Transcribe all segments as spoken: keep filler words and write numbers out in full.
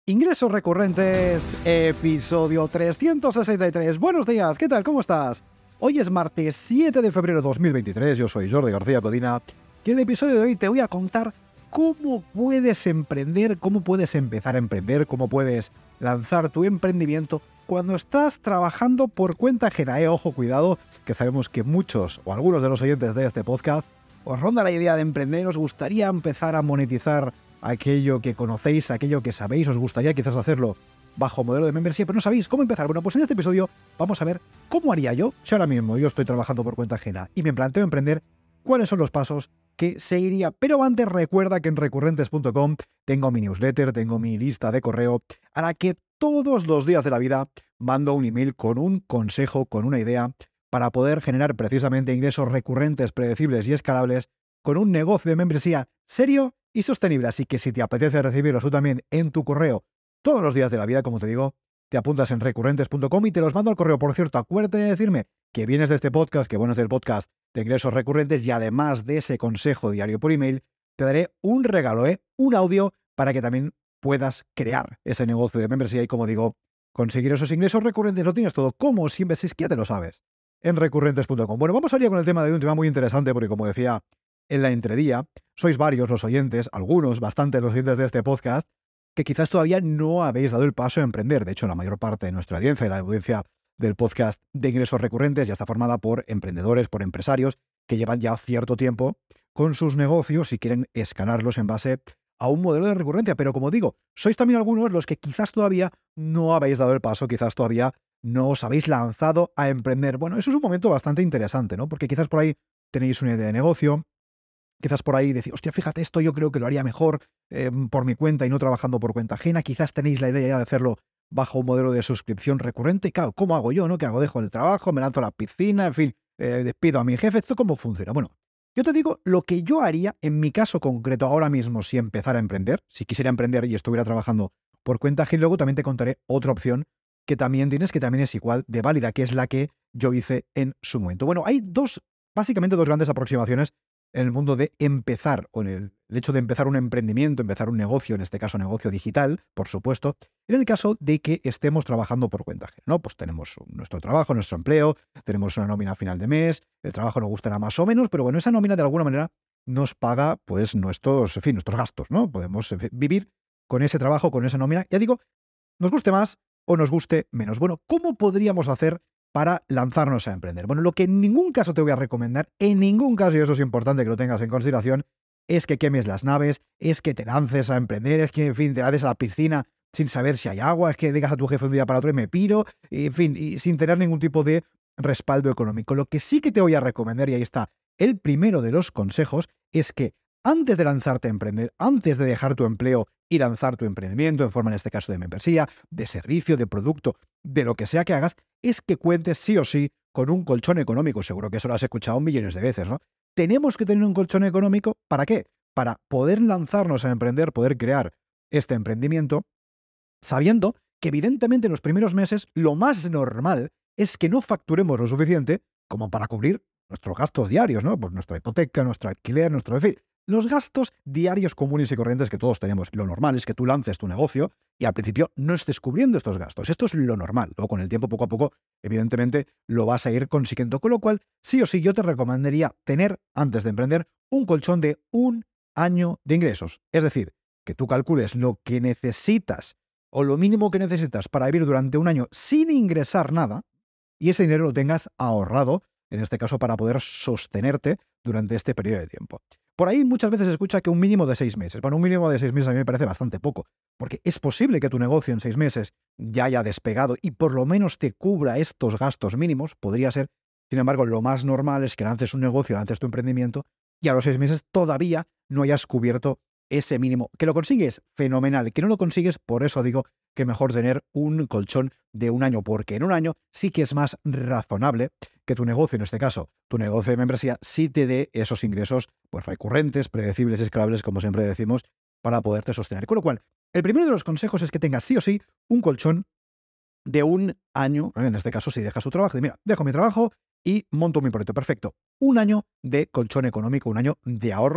Ingresos recurrentes, episodio trescientos sesenta y tres. Buenos días, ¿qué tal? ¿Cómo estás? Hoy es martes siete de febrero de dos mil veintitrés, yo soy Jordi García Codina y en el episodio de hoy te voy a contar cómo puedes emprender, cómo puedes empezar a emprender, cómo puedes lanzar tu emprendimiento cuando estás trabajando por cuenta ajena. Eh, ojo, cuidado, que sabemos que muchos o algunos de los oyentes de este podcast os ronda la idea de emprender, os gustaría empezar a monetizar aquello que conocéis, aquello que sabéis, os gustaría quizás hacerlo bajo modelo de membresía, pero no sabéis cómo empezar. Bueno, pues en este episodio vamos a ver cómo haría yo, si ahora mismo yo estoy trabajando por cuenta ajena y me planteo emprender, cuáles son los pasos que seguiría. Pero antes recuerda que en recurrentes punto com tengo mi newsletter, tengo mi lista de correo, a la que todos los días de la vida mando un email con un consejo, con una idea, para poder generar precisamente ingresos recurrentes, predecibles y escalables con un negocio de membresía serio y sostenible. Así que si te apetece recibirlos tú también en tu correo todos los días de la vida, como te digo, te apuntas en recurrentes punto com y te los mando al correo. Por cierto, acuérdate de decirme que vienes de este podcast, que vienes del podcast de ingresos recurrentes, y además de ese consejo diario por email, te daré un regalo, ¿eh? Un audio para que también puedas crear ese negocio de membresía y, como digo, conseguir esos ingresos recurrentes. Lo tienes todo, como siempre, si es que ya te lo sabes, en recurrentes punto com. Bueno, vamos a ir con el tema de hoy, un tema muy interesante, porque como decía en la entredía, sois varios los oyentes, algunos, bastantes los oyentes de este podcast, que quizás todavía no habéis dado el paso a emprender. De hecho, la mayor parte de nuestra audiencia y la audiencia del podcast de ingresos recurrentes ya está formada por emprendedores, por empresarios que llevan ya cierto tiempo con sus negocios y quieren escalarlos en base a un modelo de recurrencia. Pero como digo, sois también algunos los que quizás todavía no habéis dado el paso, quizás todavía no os habéis lanzado a emprender. Bueno, eso es un momento bastante interesante, ¿no? Porque quizás por ahí tenéis una idea de negocio, quizás por ahí decís, hostia, fíjate, esto yo creo que lo haría mejor eh, por mi cuenta y no trabajando por cuenta ajena. Quizás tenéis la idea ya de hacerlo bajo un modelo de suscripción recurrente. Claro, ¿cómo hago yo, no? ¿Qué hago? Dejo el trabajo, me lanzo a la piscina, en fin, eh, despido a mi jefe. ¿Esto cómo funciona? Bueno, yo te digo lo que yo haría en mi caso concreto ahora mismo si empezara a emprender, si quisiera emprender y estuviera trabajando por cuenta ajena. Y luego también te contaré otra opción que también tienes, que también es igual de válida, que es la que yo hice en su momento. Bueno, hay dos, básicamente dos grandes aproximaciones en el mundo de empezar, o en el, el hecho de empezar un emprendimiento, empezar un negocio, en este caso negocio digital, por supuesto, en el caso de que estemos trabajando por cuenta ajena, ¿no? Pues tenemos nuestro trabajo, nuestro empleo, tenemos una nómina a final de mes, el trabajo nos gustará más o menos, pero bueno, esa nómina de alguna manera nos paga, pues, nuestros, en fin, nuestros gastos, ¿no? Podemos en fin, vivir con ese trabajo, con esa nómina, ya digo, nos guste más o nos guste menos. Bueno, ¿cómo podríamos hacer para lanzarnos a emprender? Bueno, lo que en ningún caso te voy a recomendar, en ningún caso, y eso es importante que lo tengas en consideración, es que quemes las naves, es que te lances a emprender, es que, en fin, te lances a la piscina sin saber si hay agua, es que digas a tu jefe un día para otro y me piro, y, en fin, y sin tener ningún tipo de respaldo económico. Lo que sí que te voy a recomendar, y ahí está el primero de los consejos, es que antes de lanzarte a emprender, antes de dejar tu empleo y lanzar tu emprendimiento en forma, en este caso, de membresía, de servicio, de producto, de lo que sea que hagas, es que cuentes sí o sí con un colchón económico. Seguro que eso lo has escuchado millones de veces, ¿no? Tenemos que tener un colchón económico, ¿para qué? Para poder lanzarnos a emprender, poder crear este emprendimiento, sabiendo que evidentemente en los primeros meses lo más normal es que no facturemos lo suficiente como para cubrir nuestros gastos diarios, ¿no? Pues nuestra hipoteca, nuestro alquiler, nuestro... En fin, los gastos diarios comunes y corrientes que todos tenemos. Lo normal es que tú lances tu negocio y al principio no estés cubriendo estos gastos. Esto es lo normal. Luego, con el tiempo, poco a poco, evidentemente, lo vas a ir consiguiendo. Con lo cual, sí o sí, yo te recomendaría tener, antes de emprender, un colchón de un año de ingresos. Es decir, que tú calcules lo que necesitas o lo mínimo que necesitas para vivir durante un año sin ingresar nada, y ese dinero lo tengas ahorrado, en este caso para poder sostenerte durante este periodo de tiempo. Por ahí muchas veces se escucha que un mínimo de seis meses. Bueno, un mínimo de seis meses a mí me parece bastante poco, porque es posible que tu negocio en seis meses ya haya despegado y por lo menos te cubra estos gastos mínimos, podría ser. Sin embargo, lo más normal es que lances un negocio, lances tu emprendimiento y a los seis meses todavía no hayas cubierto ese mínimo. ¿Que lo consigues? Fenomenal. ¿Que no lo consigues? Por eso digo que mejor tener un colchón de un año, porque en un año sí que es más razonable que tu negocio, en este caso, tu negocio de membresía, sí te dé esos ingresos pues recurrentes, predecibles y escalables, como siempre decimos, para poderte sostener. Con lo cual, el primero de los consejos es que tengas sí o sí un colchón de un año, en este caso, si dejas tu trabajo, y mira, dejo mi trabajo y monto mi proyecto. Perfecto. Un año de colchón económico, un año de ahorros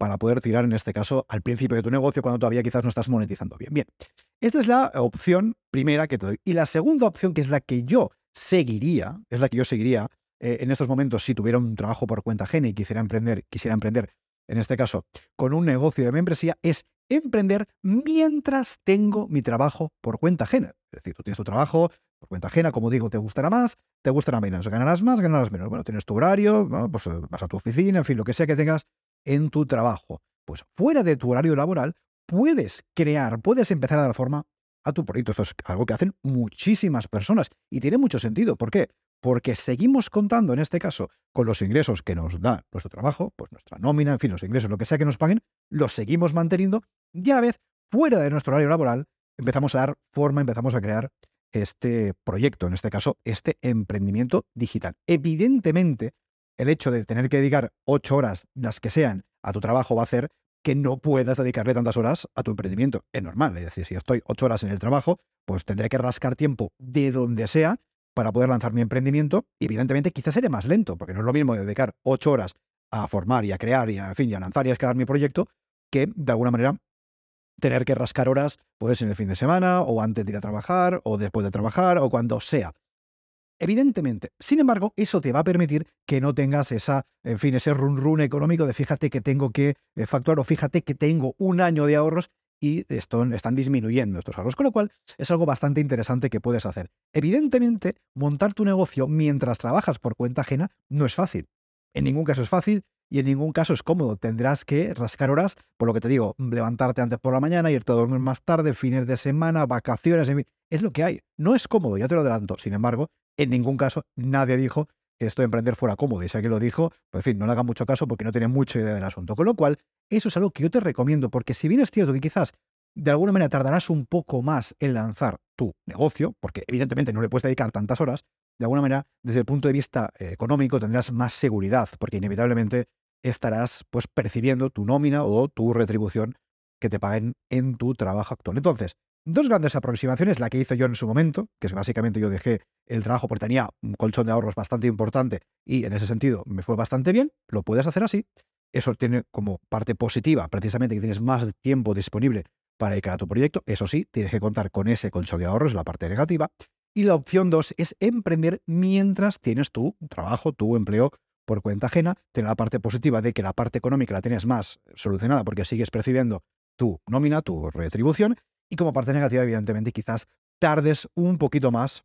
para poder tirar, en este caso, al principio de tu negocio cuando todavía quizás no estás monetizando bien. Bien, esta es la opción primera que te doy. Y la segunda opción, que es la que yo seguiría, es la que yo seguiría eh, en estos momentos si tuviera un trabajo por cuenta ajena y quisiera emprender, quisiera emprender, en este caso, con un negocio de membresía, es emprender mientras tengo mi trabajo por cuenta ajena. Es decir, tú tienes tu trabajo por cuenta ajena, como digo, te gustará más, te gustará menos, ganarás más, ganarás menos. Bueno, tienes tu horario, bueno, pues vas a tu oficina, en fin, lo que sea que tengas en tu trabajo. Pues fuera de tu horario laboral, puedes crear, puedes empezar a dar forma a tu proyecto. Esto es algo que hacen muchísimas personas y tiene mucho sentido. ¿Por qué? Porque seguimos contando, en este caso, con los ingresos que nos da nuestro trabajo, pues nuestra nómina, en fin, los ingresos, lo que sea que nos paguen, los seguimos manteniendo y a la vez, fuera de nuestro horario laboral, empezamos a dar forma, empezamos a crear este proyecto, en este caso, este emprendimiento digital. Evidentemente, el hecho de tener que dedicar ocho horas, las que sean, a tu trabajo va a hacer que no puedas dedicarle tantas horas a tu emprendimiento. Es normal, es decir, si estoy ocho horas en el trabajo, pues tendré que rascar tiempo de donde sea para poder lanzar mi emprendimiento y evidentemente quizás seré más lento, porque no es lo mismo dedicar ocho horas a formar y a crear y a, en fin, y a lanzar y a escalar mi proyecto que, de alguna manera, tener que rascar horas pues en el fin de semana o antes de ir a trabajar o después de trabajar o cuando sea. Evidentemente. Sin embargo, eso te va a permitir que no tengas esa, en fin, ese run run económico de fíjate que tengo que eh, facturar o fíjate que tengo un año de ahorros y esto, están disminuyendo estos ahorros, con lo cual es algo bastante interesante que puedes hacer. Evidentemente, montar tu negocio mientras trabajas por cuenta ajena no es fácil. En ningún caso es fácil y en ningún caso es cómodo. Tendrás que rascar horas, por lo que te digo, levantarte antes por la mañana, irte a dormir más tarde, fines de semana, vacaciones, en fin, es lo que hay. No es cómodo, ya te lo adelanto. Sin embargo, en ningún caso nadie dijo que esto de emprender fuera cómodo. Y si alguien lo dijo, pues en fin, no le haga mucho caso porque no tiene mucha idea del asunto. Con lo cual, eso es algo que yo te recomiendo, porque si bien es cierto que quizás de alguna manera tardarás un poco más en lanzar tu negocio, porque evidentemente no le puedes dedicar tantas horas, de alguna manera, desde el punto de vista eh, económico, tendrás más seguridad, porque inevitablemente estarás pues percibiendo tu nómina o tu retribución que te paguen en tu trabajo actual. Entonces, dos grandes aproximaciones, la que hice yo en su momento, que es básicamente yo dejé el trabajo porque tenía un colchón de ahorros bastante importante y en ese sentido me fue bastante bien, lo puedes hacer así. Eso tiene como parte positiva, precisamente, que tienes más tiempo disponible para dedicar a tu proyecto. Eso sí, tienes que contar con ese colchón de ahorros, la parte negativa. Y la opción dos es emprender mientras tienes tu trabajo, tu empleo por cuenta ajena. Tiene la parte positiva de que la parte económica la tienes más solucionada porque sigues percibiendo tu nómina, tu retribución. Y como parte negativa, evidentemente, quizás tardes un poquito más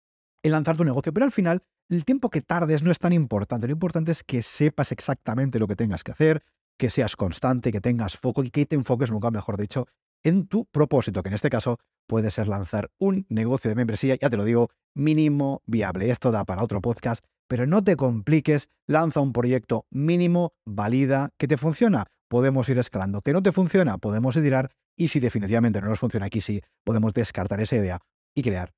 en lanzar tu negocio. Pero al final, el tiempo que tardes no es tan importante. Lo importante es que sepas exactamente lo que tengas que hacer, que seas constante, que tengas foco y que te enfoques, nunca mejor dicho, en tu propósito, que en este caso puede ser lanzar un negocio de membresía, ya te lo digo, mínimo viable. Esto da para otro podcast, pero no te compliques, lanza un proyecto mínimo, valida, que te funciona, podemos ir escalando, que no te funciona, podemos ir tirar, y si definitivamente no nos funciona aquí, sí, podemos descartar esa idea y crear.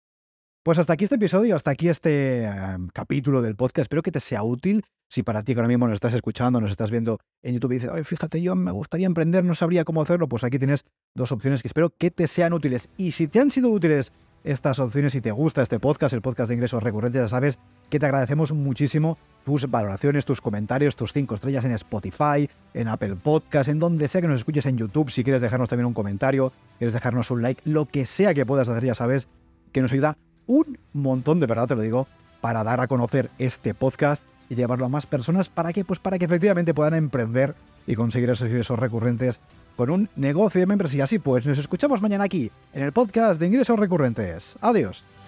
Pues hasta aquí este episodio, hasta aquí este um, capítulo del podcast. Espero que te sea útil. Si para ti que ahora mismo nos estás escuchando, nos estás viendo en YouTube y dices, oye, fíjate, yo me gustaría emprender, no sabría cómo hacerlo, pues aquí tienes dos opciones que espero que te sean útiles. Y si te han sido útiles estas opciones y te gusta este podcast, el podcast de ingresos recurrentes, ya sabes que te agradecemos muchísimo tus valoraciones, tus comentarios, tus cinco estrellas en Spotify, en Apple Podcast, en donde sea que nos escuches en YouTube. Si quieres dejarnos también un comentario, quieres dejarnos un like, lo que sea que puedas hacer, ya sabes que nos ayuda un montón, de verdad te lo digo, para dar a conocer este podcast y llevarlo a más personas. ¿Para qué? Pues para que efectivamente puedan emprender y conseguir esos ingresos recurrentes con un negocio de membresía. Así pues, nos escuchamos mañana aquí, en el podcast de ingresos recurrentes. Adiós.